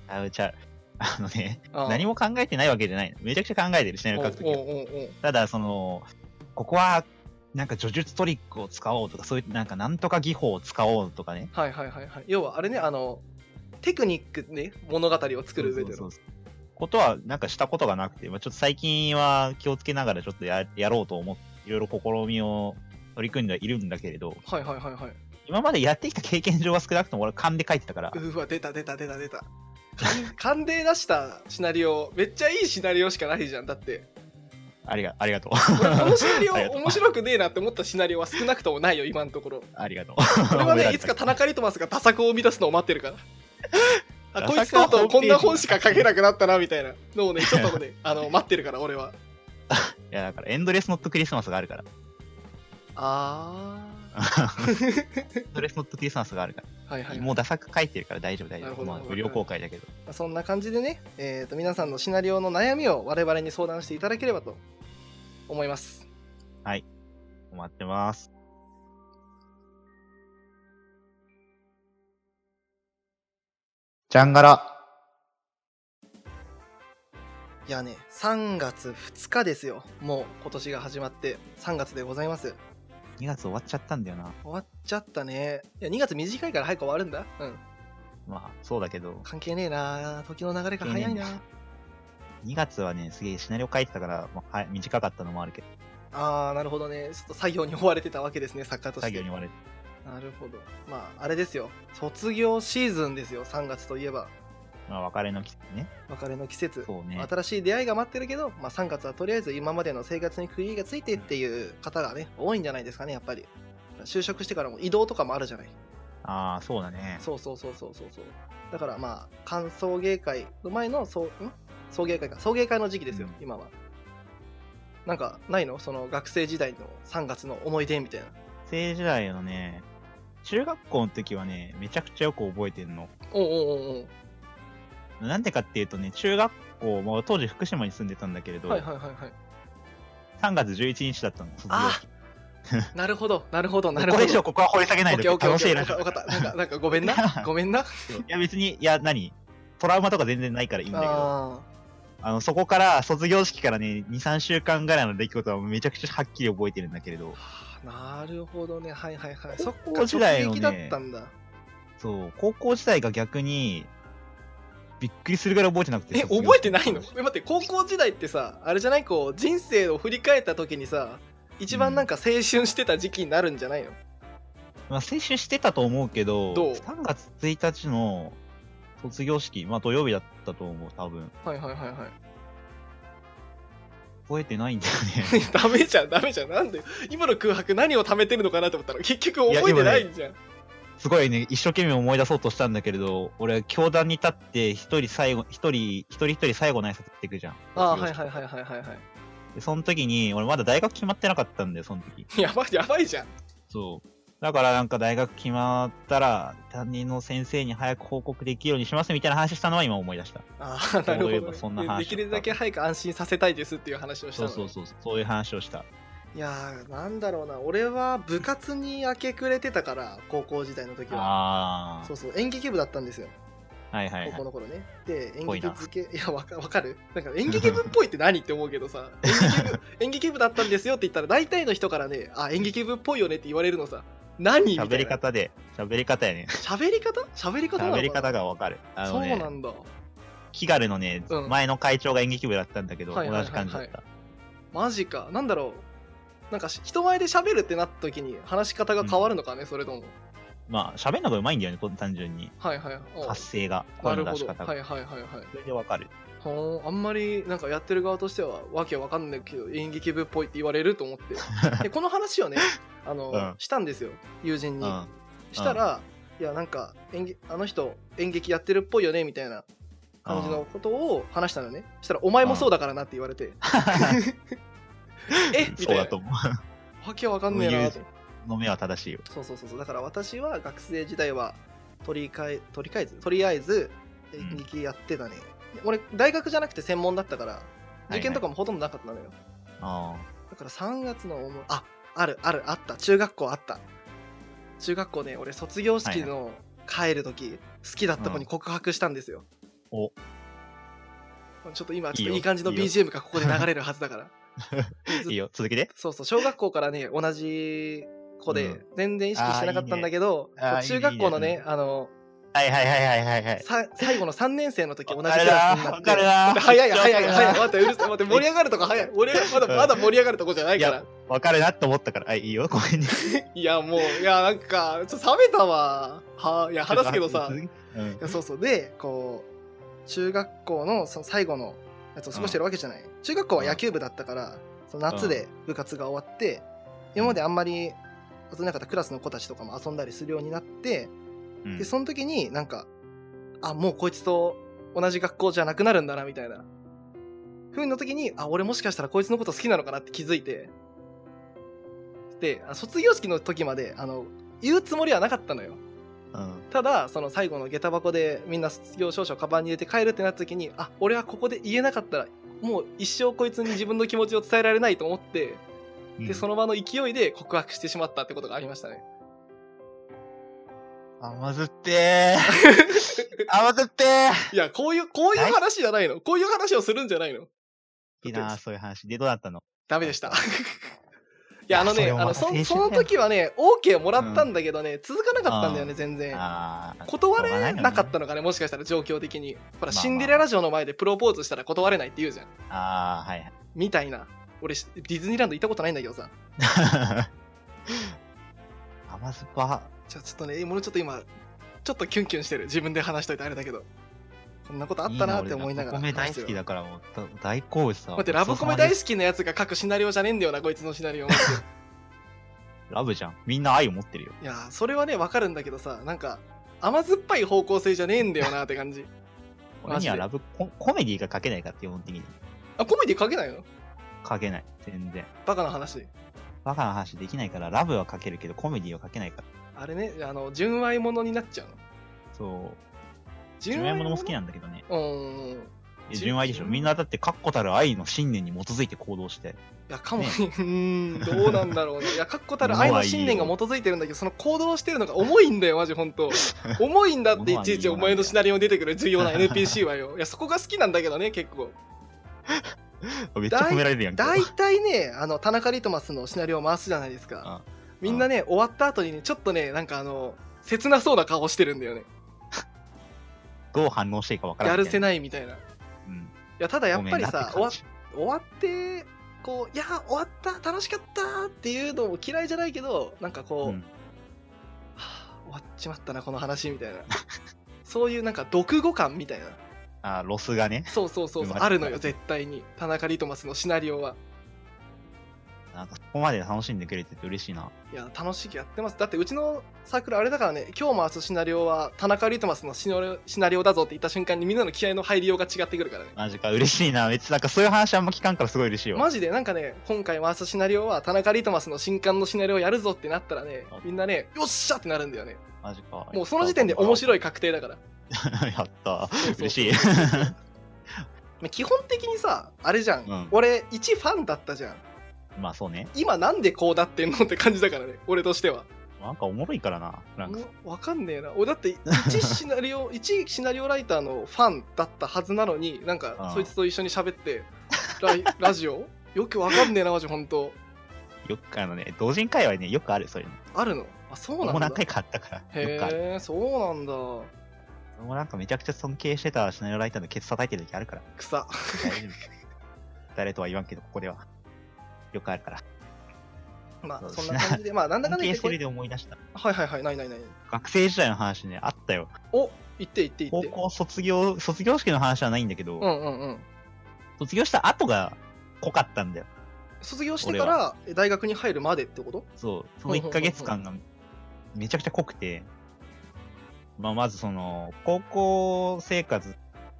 何も考えてないわけじゃないの。めちゃくちゃ考えてるシナリオ書くときは。ただそのここはなんか叙述トリックを使おうとかそういうなんとか技法を使おうとかね。 要はあれねテクニックね物語を作る上でのことはなんかしたことがなくて、ちょっと最近は気をつけながらちょっとやろうと思っていろいろ試みを取り組んではいるんだけれど、今までやってきた経験上は少なくとも俺勘で書いてたから。 出た勘で出したシナリオめっちゃいいシナリオしかないじゃん。だってありがとう。 俺このシナリオ面白くねえなって思ったシナリオは少なくともないよ今のところ。 ありがとう。 俺はねいつか田中リトマスが多作を生み出すのを待ってるからこいつとうとうこんな本しか書けなくなったなみたいなのをねちょっとね待ってるから俺は。 いやだからエンドレスノットクリスマスがあるから。エンドレスノットクリスマスがあるから。もうダサく書いてるから大丈夫。無料公開だけど。 そんな感じでね、皆さんのシナリオの悩みを我々に相談していただければと思います。 はい。待ってます。ジャンガラ。 いやね、3月2日ですよ。もう今年が始まって3月でございます。 2月終わっちゃったんだよな。 終わっちゃったね。いや2月短いから早く終わるんだ。 まあそうだけど関係ねえな。時の流れが早いな。 2月はねすげえシナリオ書いてたから、短かったのもあるけど。 なるほどね。ちょっと作業に追われてたわけですね、作家として。 作業に追われて。 なるほど。あれですよ。卒業シーズンですよ、3月といえば。 別れの季節ね。 別れの季節。 そうね。 新しい出会いが待ってるけど、3月はとりあえず今までの生活に区切りがついてっていう方がね、多いんじゃないですかね、やっぱり。就職してからも移動とかもあるじゃない。 そうだね。 そう。だから歓送迎会の前の送迎会の時期ですよ、今は。なんかないの？その学生時代の3月の思い出みたいな。 学生時代のね、中学校の時はね、めちゃくちゃよく覚えてるの。なんでかっていうとね、中学校、当時福島に住んでたんだけれど、3月11日だったの、卒業式。 なるほど。 これ以上ここは掘り下げないで楽しいラジオ。 分かった。なんかごめんな。いや別に、トラウマとか全然ないからいいんだけど、そこから卒業式からね、2、3週間ぐらいの出来事はめちゃくちゃはっきり覚えてるんだけれど。 なるほどね。 そっか、時代のね、 だったんだ。 そう、高校時代が逆に、 びっくりするぐらい覚えてなくて。 覚えてないの？待って、高校時代ってさ、あれじゃない、こう人生を振り返った時にさ、一番なんか青春してた時期になるんじゃないの？ まあ青春してたと思うけど、3月1日の卒業式、まあ土曜日だったと思う、多分。 はいはいはいはい。 覚えてないんだよね。 ダメじゃん。なんで今の空白何を貯めてるのかなと思ったら結局覚えてないんじゃん。 すごいね、一生懸命思い出そうとしたんだけれど、俺、教壇に立って、一人一人最後の挨拶っていくじゃん。 はいはい。 で、その時に、俺まだ大学決まってなかったんだよ、その時。 やばいじゃん。 そう。だからなんか大学決まったら、担任の先生に早く報告できるようにしますみたいな話したのは今思い出した。 なるほど、 そんな話。 できるだけ早く安心させたいですっていう話をしたの、ね。 そういう話をした。 いやー、なんだろうな、俺は部活に明け暮れてたから、高校時代の時は。そう演劇部だったんですよ。 はいはい、はい、 高校の頃ね。で、演劇付け、いや、わかる？なんか演劇部っぽいって何って思うけどさ、演劇部だったんですよって言ったら、大体の人からね、演劇部っぽいよねって言われるのさ。何みたいな。喋り方やね。喋り方がわかる。 そうなんだ。 キガルのね、前の会長が演劇部だったんだけど、同じ感じだった。 マジか。なんだろう。なんか人前で喋るってなった時に話し方が変わるのかね、それとも。 まあ喋るのがうまいんだよね、単純に。 はいはい。 発声が、声の出し方が。 はい。 それでわかる。 あんまりなんかやってる側としてはわけわかんないけど演劇部っぽいって言われると思ってでこの話をねしたんですよ、友人に。したら、いやなんかあの人演劇やってるっぽいよねみたいな感じのことを話したのね。したらお前もそうだからなって言われてみたいな。そうだと思う。わけわかんねえなと。 の目は正しいよ。 そうだから私は学生時代はとりあえず演劇やってたね。俺大学じゃなくて専門だったから受験とかもほとんどなかったのよ。だから3月のあった中学校あった。中学校ね、俺卒業式の帰る時、好きだった子に告白したんですよ。ちょっと今いい感じの BGM がここで流れるはずだからいいよ、続きで。 そう小学校からね同じ子で全然意識してなかったんだけど、中学校のね最後の3年生の時同じクラスになって。早い待って盛り上がるとこ早い。俺まだ盛り上がるとこじゃないから。 分かるなって思ったから。いいよ、ごめんね。 いやもうなんかちょっと冷めたわ。いや話すけどさ、そうでこう中学校のその最後のやつを過ごしてるわけじゃない。中学校は野球部だったからその夏で部活が終わって今まであんまり遊んでなかったクラスの子たちとかも遊んだりするようになって、でその時になんかもうこいつと同じ学校じゃなくなるんだなみたいな風の時に俺もしかしたらこいつのこと好きなのかなって気づいて、で卒業式の時まで言うつもりはなかったのよ。ただその最後の下駄箱でみんな卒業証書をカバンに入れて帰るってなった時に俺はここで言えなかったらもう一生こいつに自分の気持ちを伝えられないと思って、でその場の勢いで告白してしまったってことがありましたね。 甘酸っぺー。 いやこういう話じゃないの。こういう話をするんじゃないの。 いいなそういう話で。どうだったの？ ダメでした。いやその時はね OK をもらったんだけどね、続かなかったんだよね全然。断れなかったのかね、もしかしたら状況的に。ほらシンデレラ城の前でプロポーズしたら断れないって言うじゃん。みたいな。俺ディズニーランド行ったことないんだけどさ。 甘酸っぱ。 ちょっとねもうちょっと今ちょっとキュンキュンしてる。自分で話しといてあれだけど、こんなことあったなって思いながら。 ラブコメ大好きだからもう大好物さ。 待って、ラブコメ大好きなやつが書くシナリオじゃねえんだよな、こいつのシナリオ。 ラブじゃん。みんな愛を持ってるよ。 いやそれはね分かるんだけどさ、なんか甘酸っぱい方向性じゃねえんだよなって感じ。 俺にはコメディが書けないかって基本的に。 コメディ書けないの？ 書けない全然。 バカな話できないから。ラブは書けるけどコメディは書けないから。 あれね、純愛ものになっちゃうの。 そう。純愛ものも好きなんだけどね。純愛でしょ。みんなだって確固たる愛の信念に基づいて行動して。 いや、かも、ね、どうなんだろうね。いや、確固たる愛の信念が基づいてるんだけど、その行動してるのが重いんだよ、マジ、ほんと。重いんだって、いちいちお前のシナリオに出てくる重要な NPC はよ。いや、そこが好きなんだけどね、結構。 めっちゃ褒められるやん。 大体ね、田中リトマスのシナリオを回すじゃないですか。みんなね、終わった後にね、ちょっとね、なんか切なそうな顔してるんだよね。 どう反応していいか分からない。 やるせないみたいな。 うん。 いやただやっぱりさ終終わってこういや終わった楽しかったっていうのも嫌いじゃないけどなんかこう、はあ、終わっちまったなこの話みたいなそういうなんか読後感みたいなロスがね。 そうあるのよ絶対に田中リトマスのシナリオは。 なんかそこまで楽しんでくれてて嬉しいな。 いや楽しくやってます。だってうちのサークルあれだからね、今日回すシナリオは田中リトマスのシナリオだぞって言った瞬間にみんなの気合の入りようが違ってくるからね。 マジか嬉しいな。めっちゃなんかそういう話あんま聞かんからすごい嬉しいわ。 マジでなんかね今回回すシナリオは田中リトマスの新刊のシナリオやるぞってなったらねみんなねよっしゃってなるんだよね。 マジか。 もうその時点で面白い確定だからやった嬉しい。 基本的にさあれじゃん、俺一ファンだったじゃん。 まあそうね。 今なんでこうなってんのって感じだからね俺としては。 なんかおもろいからな。なんかわかんねえな。俺だって一シナリオライターのファンだったはずなのになんかそいつと一緒に喋ってラジオよくわかんねえなマジほんと。 よくね同人会話ねよくあるそういうの。 あるの？あそうなんだ。 もう何回かあったから。 へえそうなんだ。 もうなんかめちゃくちゃ尊敬してたシナリオライターのケツ叩いてる時あるから。 草。 誰とは言わんけどここではよくあるから。 まあそんな感じでまあなんだかんだ言って尊敬してるで思い出した。 はいない学生時代の話ねあったよ。 お言って高校卒業式の話はないんだけど、卒業した後が濃かったんだよ。 卒業してから大学に入るまでってこと？ そうその1ヶ月間がめちゃくちゃ濃くて、まずその高校生活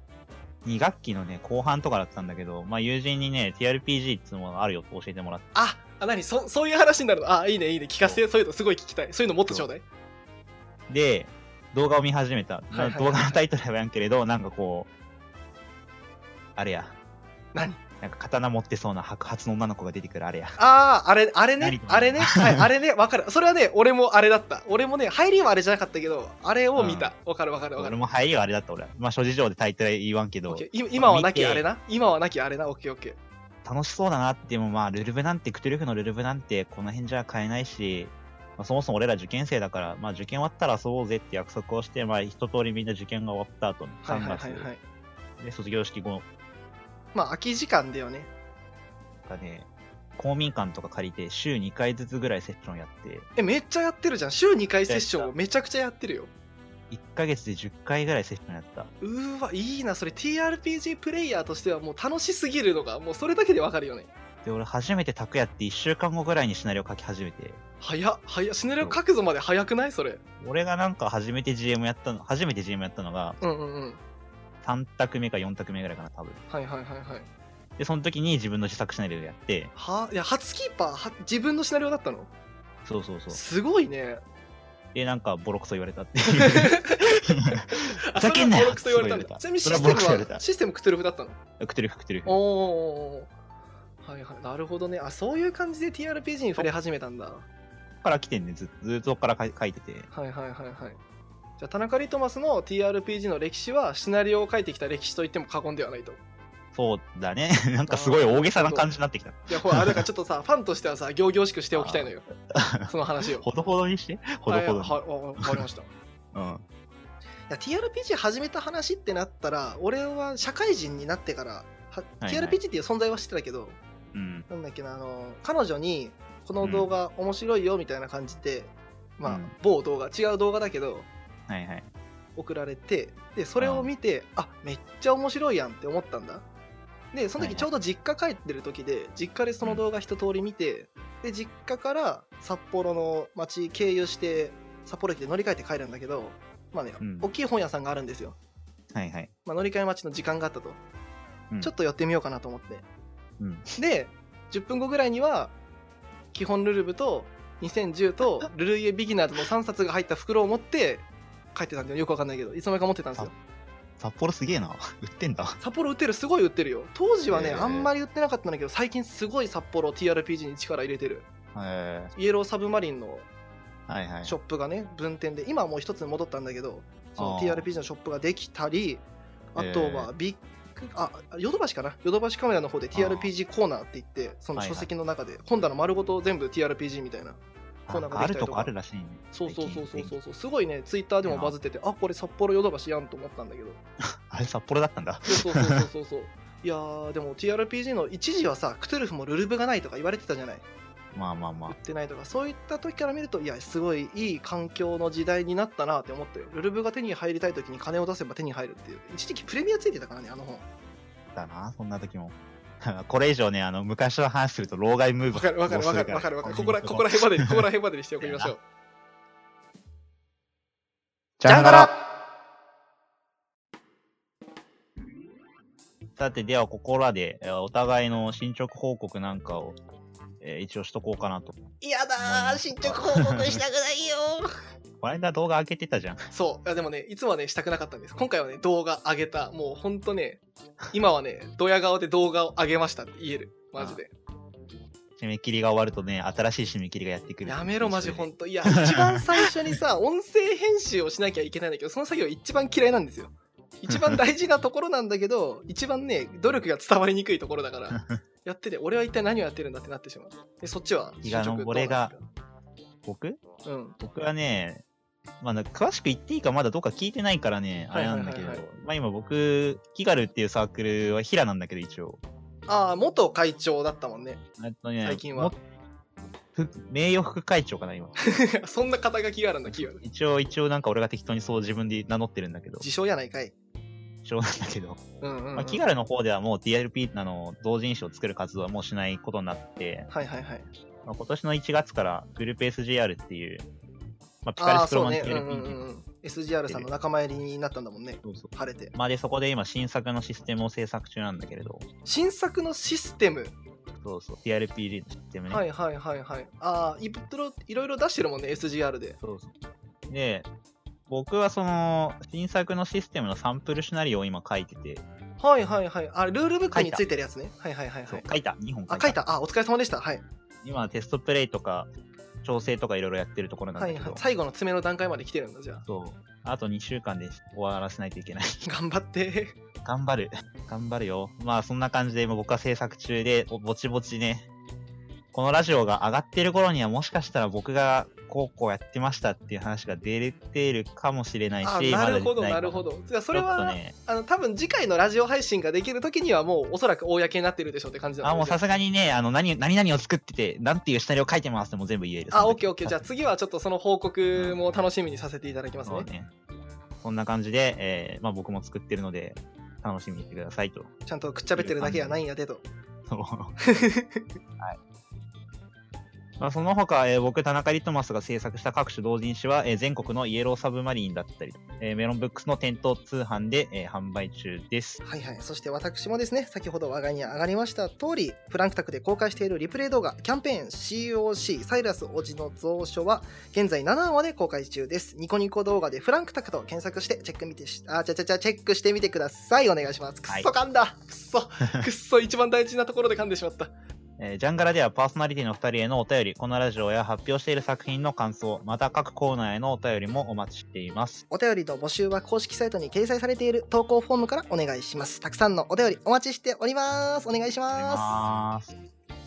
2学期のね後半とかだったんだけど、友人にね TRPG っていうものがあるよって教えてもらって。 何そういう話になるの？いいね聞かせて。そういうのすごい聞きたい。そういうのもっとちょうだい。 で動画を見始めた。動画のタイトルはやんけれどなんかこうあれや何なんか刀持ってそうな白髪の女の子が出てくるあれや。 あれねはいあれねわかる。それはね俺もあれだった。俺もね入りはあれじゃなかったけどあれを見た。わかる。 俺も入りはあれだった俺。諸事情でタイトル言わんけど。 今はなきあれな。オッケー。 楽しそうだなって。もルルブなんてクトゥルフのルルブなんてこの辺じゃ買えないし、そもそも俺ら受験生だから、受験終わったら遊ぼうぜって約束をして、一通りみんな受験が終わった後に3月で卒業式後。 空き時間だよね。 公民館とか借りて週2回ずつぐらいセッションやって。 めっちゃやってるじゃん。週2回セッションをめちゃくちゃやってるよ。 1ヶ月で10回ぐらいセッションやった。 いいなそれ。 TRPG プレイヤーとしてはもう楽しすぎるのがもうそれだけでわかるよね。 で俺初めて卓やって1週間後ぐらいにシナリオ書き始めて。 早っシナリオ書くぞまで早くない？それ俺がなんか初めて GM やったのが3択目か4択目ぐらいかな多分。 はいでその時に自分の自作シナリオやって。 いや初キーパー自分のシナリオだったの？ そうすごいね。 でなんかボロクソ言われたっていう。ふざけんなよ。ボロクソ言われたんだ。 ちなみにシステムクトゥルフだったの？ クトゥルフ。 おーはいなるほどね。そういう感じで TRPG に触れ始めたんだ。 から来てんね。ずっとから書いてて。 はい。じゃあ田中リトマスの TRPG の歴史はシナリオを書いてきた歴史と言っても過言ではないと。 そうだね。なんかすごい大げさな感じになってきた。 いやほらだからちょっとさファンとしてはさ仰々しくしておきたいのよ。その話をほどほどにして。わかりました。いや TRPG 始めた話ってなったら俺は社会人になってからTRPG っていう存在は知ってたけど、なんだっけな彼女にこの動画面白いよみたいな感じで、某動画違う動画だけど、送られてでそれを見てめっちゃ面白いやんって思ったんだ。でその時ちょうど実家帰ってる時で実家でその動画一通り見て、で実家から札幌の街経由して札幌駅で乗り換えて帰るんだけど大きい本屋さんがあるんですよ。乗り換え待ちの時間があったと、ちょっと寄ってみようかなと思って、で10分後ぐらいには基本ルルブと2010とルルイエビギナーズの3冊が入った袋を持って帰ってたんだよ。よくわかんないけどいつの間にか持ってたんですよ。 札幌すげえな。売ってんだ。 札幌売ってる。すごい売ってるよ。当時はねあんまり売ってなかったんだけど最近すごい札幌 TRPG に力入れてる。イエローサブマリンのショップがね分店で今はもう一つに戻ったんだけど、その TRPG のショップができたり、あとはヨドバシかな、ヨドバシカメラの方で TRPG コーナーって言ってその書籍の中で本棚丸ごと全部 TRPG みたいなコーナーができたりとか。 あるとこあるらしいね。 そうすごいね、ツイッターでもバズってて、あ、これ札幌ヨドバシやんと思ったんだけど。 あれ札幌だったんだ。 そういやー、でも TRPG の一時はさ、クトゥルフもルルブがないとか言われてたじゃない。 まあ売ってないとか、そういった時から見ると、いや、すごいいい環境の時代になったなって思って、ルルブが手に入りたい時に金を出せば手に入るっていう、一時期プレミアついてたからね、あの本。 だな、そんな時も。これ以上ね、昔の話すると老害ムーブ。 わかる。ここら辺までにしておきましょう。 ジャンガラ。さて、ではここらでお互いの進捗報告なんかを、一応しとこうかなと。 いやだー、進捗報告したくないよこの間動画上げてたじゃん。 そう。でもね、いつもはね、したくなかったんです。今回はね、動画上げた。もうほんとね、今はね、ドヤ顔で動画を上げましたって言える。マジで。 締め切りが終わるとね、新しい締め切りがやってくる。 やめろ、マジほんと。いや、一番最初にさ、音声編集をしなきゃいけないんだけど、その作業一番嫌いなんですよ。一番大事なところなんだけど、一番ね、努力が伝わりにくいところだから、やってて、俺は一体何をやってるんだってなってしまう。で、そっちは俺が、僕はね、まあ、詳しく言っていいかまだどっか聞いてないからね、あれなんだけど、まあ今僕、キガルっていうサークルは平なんだけど一応。 ああ、元会長だったもんね。最近は。 名誉副会長かな今。 そんな肩書きがあるんだ、キガル。 一応なんか俺が適当にそう自分で名乗ってるんだけど。 自称やないかい。 自称なんだけど。まあ、キガルの方ではもう TRP 同人誌を作る活動はもうしないことになって、まあ、今年の1月からグループ SGR っていう、まあ、ピカルスプロマン TRP っていう。 SGR さんの仲間入りになったんだもんね。晴れて。 まあで、そこで今新作のシステムを制作中なんだけれど。 新作のシステム TRPG のシステムね。 ああ、いろいろ出してるもんね、SGR で。 で、僕はその、新作のシステムのサンプルシナリオを今書いてて。 あ、ルールブックについてるやつね。書いた。2本書いた。お疲れ様でした。 今、テストプレイとか、調整とかいろいろやってるところなんだけど。 最後の詰めの段階まで来てるんだ、じゃあ。 そう。あと2週間で終わらせないといけない。 頑張って。 頑張るよ。まあそんな感じで僕は制作中で、ぼちぼちね、このラジオが上がってる頃にはもしかしたら僕がこうやってましたっていう話が出てるかもしれないし、 なるほど。じゃあそれは、多分次回のラジオ配信ができる時にはもうおそらく公になってるでしょうって感じだ。 もうさすがにね、何々を作ってて、なんていうシナリオ書いてますっても全部言える。 オッケー。じゃあ次はちょっとその報告も楽しみにさせていただきますね。 そんな感じで、まあ僕も作ってるので、楽しみにしてくださいと。 ちゃんとくっちゃべってるだけやないんやでと。 まあ、その他、僕、田中リトマスが制作した各種同人誌は、全国のイエローサブマリンだったり、メロンブックスの店頭通販で、販売中です。 そして私もですね、先ほど話題に上がりました通り、フランクタクで公開しているリプレイ動画、キャンペーン COC サイラスおじの蔵書は、現在7話で公開中です。ニコニコ動画でフランクタクと検索して、チェックしてみてください。お願いします。くっそ噛んだ。くっそ一番大事なところで噛んでしまった。 ジャンガラではパーソナリティの2人へのお便り、このラジオや発表している作品の感想、また各コーナーへのお便りもお待ちしています。 お便りの募集は公式サイトに掲載されている投稿フォームからお願いします。たくさんのお便りお待ちしております。お願いします。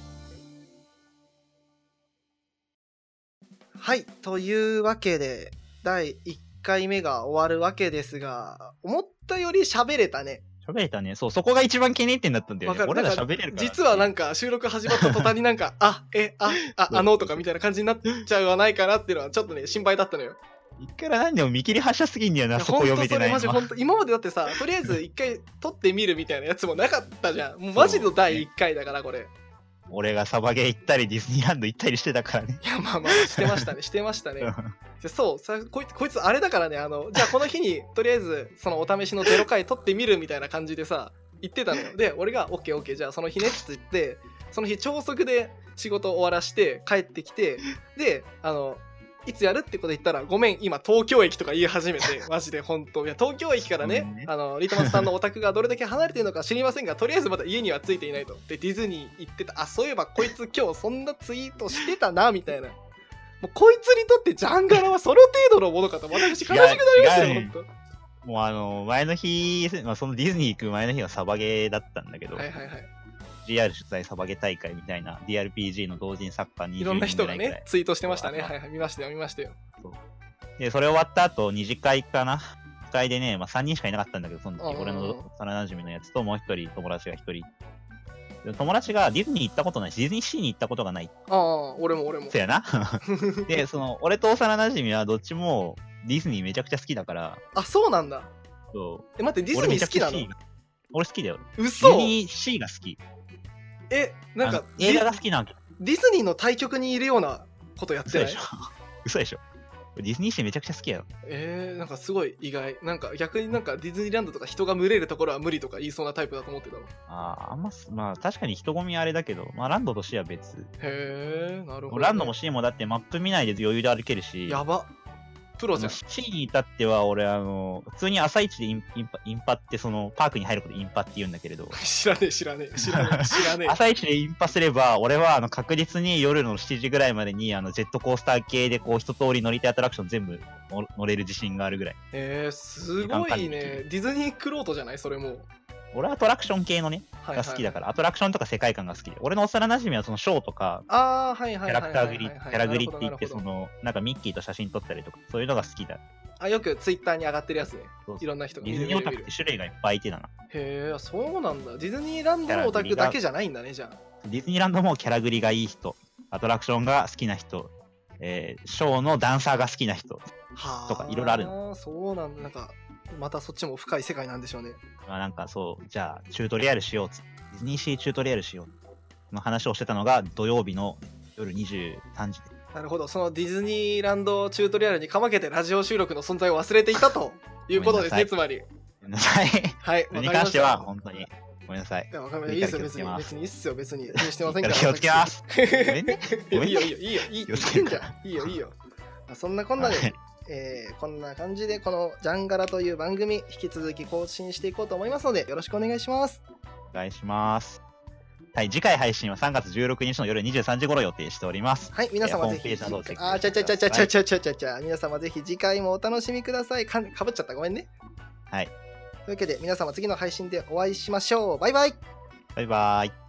はい、というわけで第1回目が終わるわけですが、思ったより喋れたね。 そう、そこが一番懸念点だったんだよね。俺ら喋れるから。 実はなんか収録始まった途端になんかとかみたいな感じになっちゃうはないかなっていうのはちょっとね心配だったのよ。 一回何でも見切り発車すぎんだよな、そこ読めてないのは。 本当今までだってさ、とりあえず一回撮ってみるみたいなやつもなかったじゃん。もうマジの第1回だからこれ。 俺がサバゲー行ったりディズニーランド行ったりしてたからね。 いやまあしてましたね。そうさ、こいつあれだからね、じゃあこの日にとりあえずそのお試しの0回撮ってみるみたいな感じでさ言ってたのよ。で俺がオッケーじゃあその日ねって言って、その日超速で仕事終わらして帰ってきて、でいつやるってこと言ったら、ごめん今東京駅とか言い始めて、マジで本当。いや東京駅からね、リトマスさんのお宅がどれだけ離れてるのか知りませんが、とりあえずまだ家には着いていないと。でディズニー行ってた。そういえばこいつ今日そんなツイートしてたなみたいな。もうこいつにとってジャンガラはその程度のものかと私悲しくなりましたよ。本当。 もう前の日、そのディズニー行く前の日はサバゲーだったんだけど、実 GR 主催サバゲ大会みたいな DRPG の同人作家20人ぐらい。 いろんな人がね、ツイートしてましたね。はいはい、見ましたよ。 そうで、それ終わった後、二次会かな。二会でね、まあ3人しかいなかったんだけど、その時、俺の幼馴染のやつともう一人、友達が一人。友達がディズニー行ったことないし、ディズニーシーに行ったことがない。 ああ、俺も。 そうやな。で、俺と幼馴染はどっちもディズニーめちゃくちゃ好きだから。 あ、そうなんだ。 そう。 待って、ディズニー好きなの？ 俺好きだよ。 嘘？ ディズニーシーが好き。 なんか、 映画が好きなんだ。 ディズニーの対局にいるようなことやってない？ 嘘でしょ。ディズニーシーめちゃくちゃ好きやろ。 なんかすごい意外。なんか逆になんかディズニーランドとか人が群れるところは無理とか言いそうなタイプだと思ってたわ。 まあ確かに人混みあれだけど、まあランドとシーは別。 なるほど、 ランドもシーもだってマップ見ないで余裕で歩けるし。 やば。プロじゃん。 シーに至っては俺普通に朝一でインパってパークに入ることインパって言うんだけれど。 知らねえ。 朝一でインパすれば、俺は確実に夜の7時ぐらいまでにジェットコースター系でこう一通り乗りたいアトラクション全部乗れる自信があるぐらい。 すごいね。ディズニークロートじゃないそれも。 俺はアトラクション系のね、が好きだから、アトラクションとか世界観が好きで。俺の幼馴染はそのショーとか、キャラクターグリ、キャラグリって言って、なんかミッキーと写真撮ったりとか、そういうのが好きだ。 よくツイッターに上がってるやつね。いろんな人がディズニーオタクって種類がいっぱいいてだな。 へえ、そうなんだ。ディズニーランドのオタクだけじゃないんだね、じゃあ。 ディズニーランドもキャラグリがいい人、アトラクションが好きな人、ショーのダンサーが好きな人とかいろいろあるの。 そうなんだ。なんかまたそっちも深い世界なんでしょうね。 なんかじゃあチュートリアルしようっつって、ディズニーシーチュートリアルしようの話をしてたのが土曜日の夜23時で。 なるほど。そのディズニーランドチュートリアルにかまけてラジオ収録の存在を忘れていたということですね、つまり。 ごめんなさい。 はい、 それに関しては本当にごめんなさい。 いいですよ、別にいいっすよ、別に気にしてませんから。 気をつけます。 いいよ、言ってんじゃん。いいよ。そんなこんなで、こんな感じでこのジャンガラという番組引き続き更新していこうと思いますのでよろしくお願いします。 お願いします。はい、次回配信は3月16日の夜23時頃予定しております。 はい、皆様ぜひ皆様ぜひ次回もお楽しみください。かぶっちゃった、ごめんね。 はい。 というわけで皆様次の配信でお会いしましょう。バイバイ。 バイバイ。